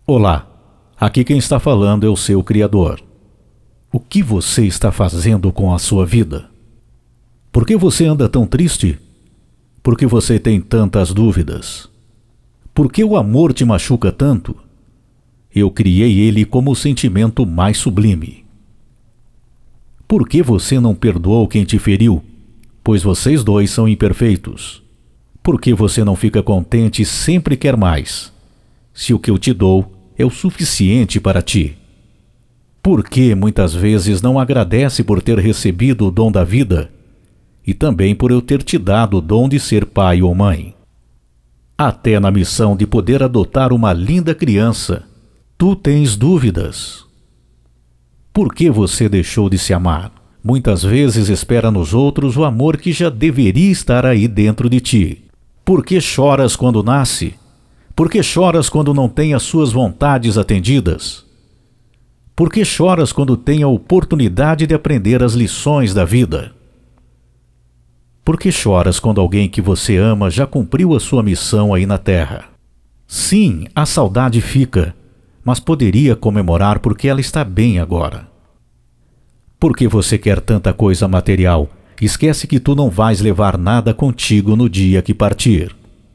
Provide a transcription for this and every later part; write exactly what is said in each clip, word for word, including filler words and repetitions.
Olá, aqui quem está falando é o seu Criador. O que você está fazendo com a sua vida? Por que você anda tão triste? Por que você tem tantas dúvidas? Por que o amor te machuca tanto? Eu criei ele como o sentimento mais sublime. Por que você não perdoou quem te feriu? Pois vocês dois são imperfeitos. Por que você não fica contente e sempre quer mais, se o que eu te dou é o suficiente para ti? Por que muitas vezes não agradece por ter recebido o dom da vida e também por eu ter te dado o dom de ser pai ou mãe? Até na missão de poder adotar uma linda criança, tu tens dúvidas. Por que você deixou de se amar? Muitas vezes espera nos outros o amor que já deveria estar aí dentro de ti. Por que choras quando nasce? Por que choras quando não tem as suas vontades atendidas? Por que choras quando tem a oportunidade de aprender as lições da vida? Por que choras quando alguém que você ama já cumpriu a sua missão aí na Terra? Sim, a saudade fica, mas poderia comemorar porque ela está bem agora. Por que você quer tanta coisa material? Esquece que tu não vais levar nada contigo no dia que partir.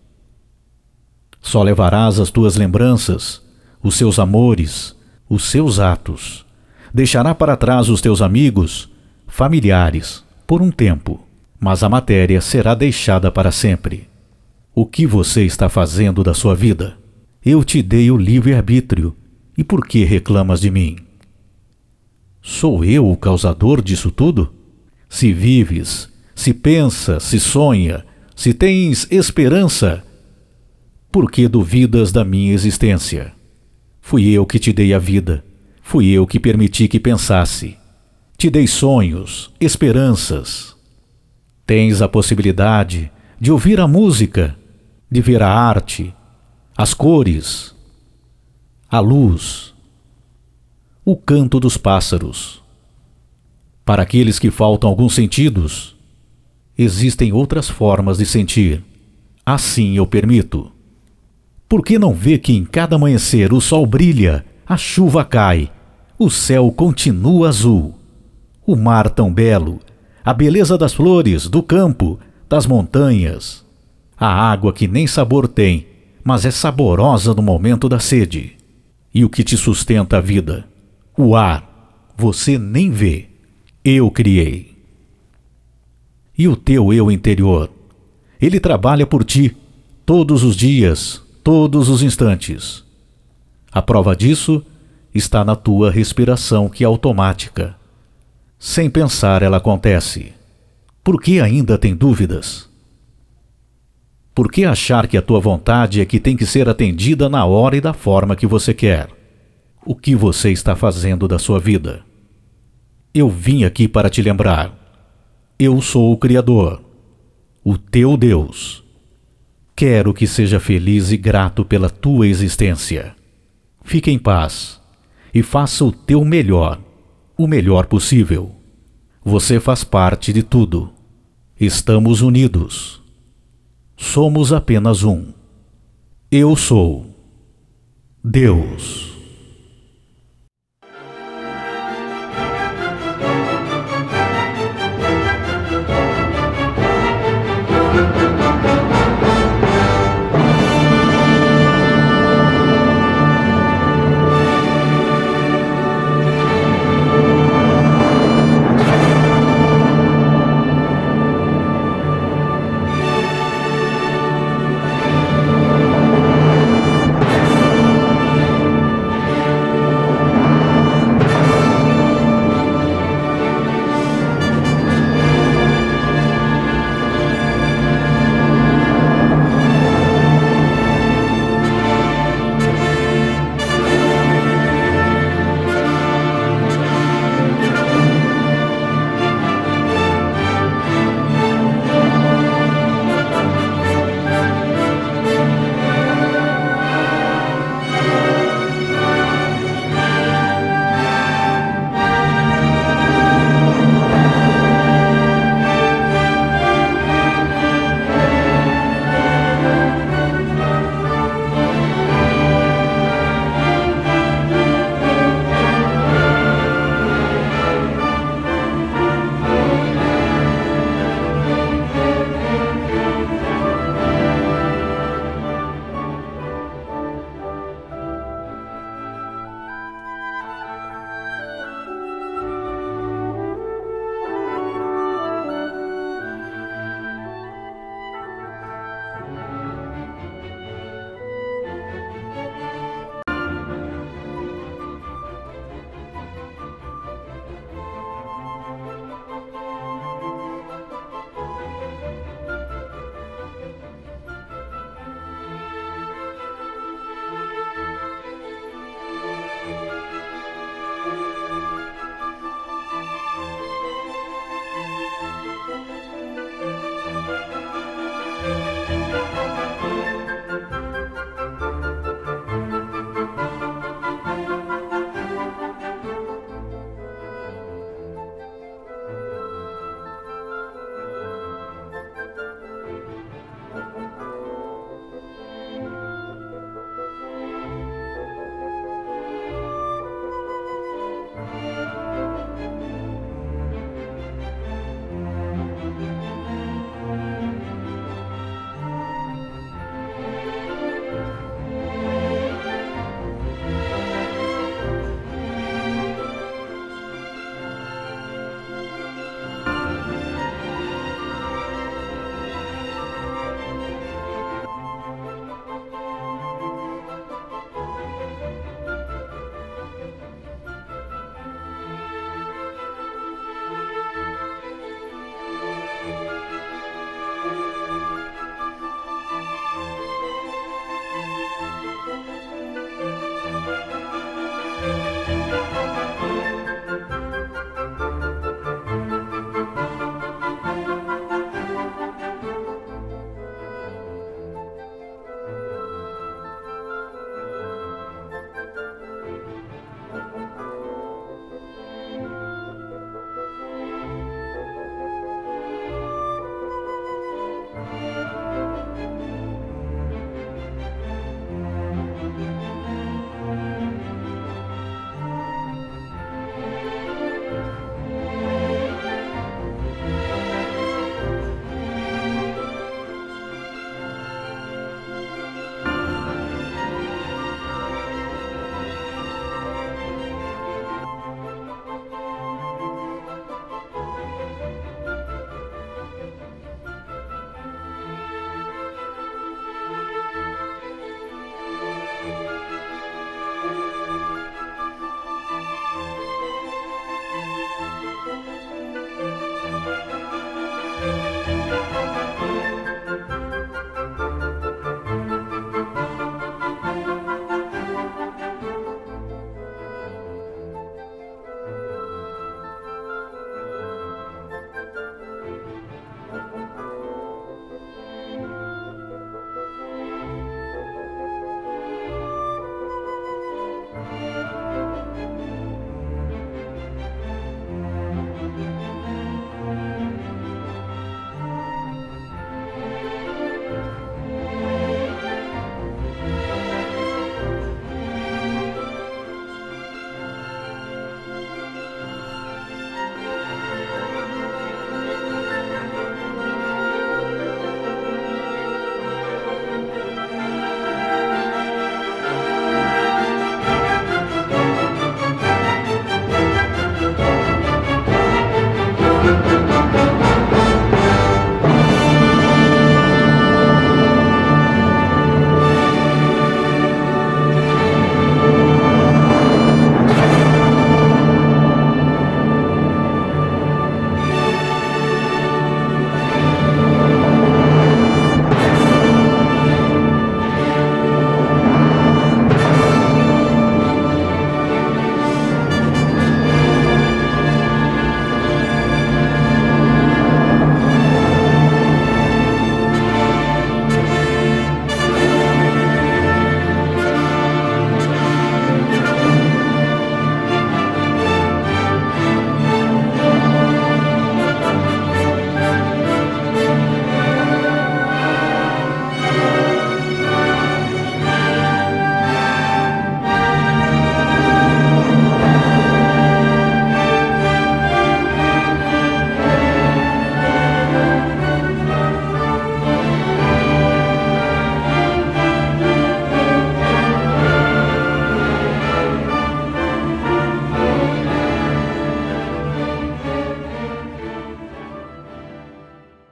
Só levarás as tuas lembranças, os seus amores, os seus atos. Deixará para trás os teus amigos, familiares, por um tempo, mas a matéria será deixada para sempre. O que você está fazendo da sua vida? Eu te dei o livre-arbítrio, e por que reclamas de mim? Sou eu o causador disso tudo? Se vives, se pensa, se sonha, se tens esperança, por que duvidas da minha existência? Fui eu que te dei a vida, fui eu que permiti que pensasse. Te dei sonhos, esperanças. Tens a possibilidade de ouvir a música, de ver a arte, as cores, a luz, o canto dos pássaros. Para aqueles que faltam alguns sentidos, existem outras formas de sentir. Assim eu permito. Por que não vê que em cada amanhecer o sol brilha, a chuva cai, o céu continua azul, o mar tão belo, a beleza das flores, do campo, das montanhas, a água que nem sabor tem, mas é saborosa no momento da sede, e o que te sustenta a vida, o ar, você nem vê, eu criei. E o teu eu interior, ele trabalha por ti, todos os dias, todos os instantes. A prova disso está na tua respiração, que é automática. Sem pensar ela acontece. Por que ainda tem dúvidas? Por que achar que a tua vontade é que tem que ser atendida na hora e da forma que você quer? O que você está fazendo da sua vida? Eu vim aqui para te lembrar. Eu sou o Criador, o teu Deus. Quero que seja feliz e grato pela tua existência. Fique em paz e faça o teu melhor, o melhor possível. Você faz parte de tudo. Estamos unidos. Somos apenas um. Eu sou Deus.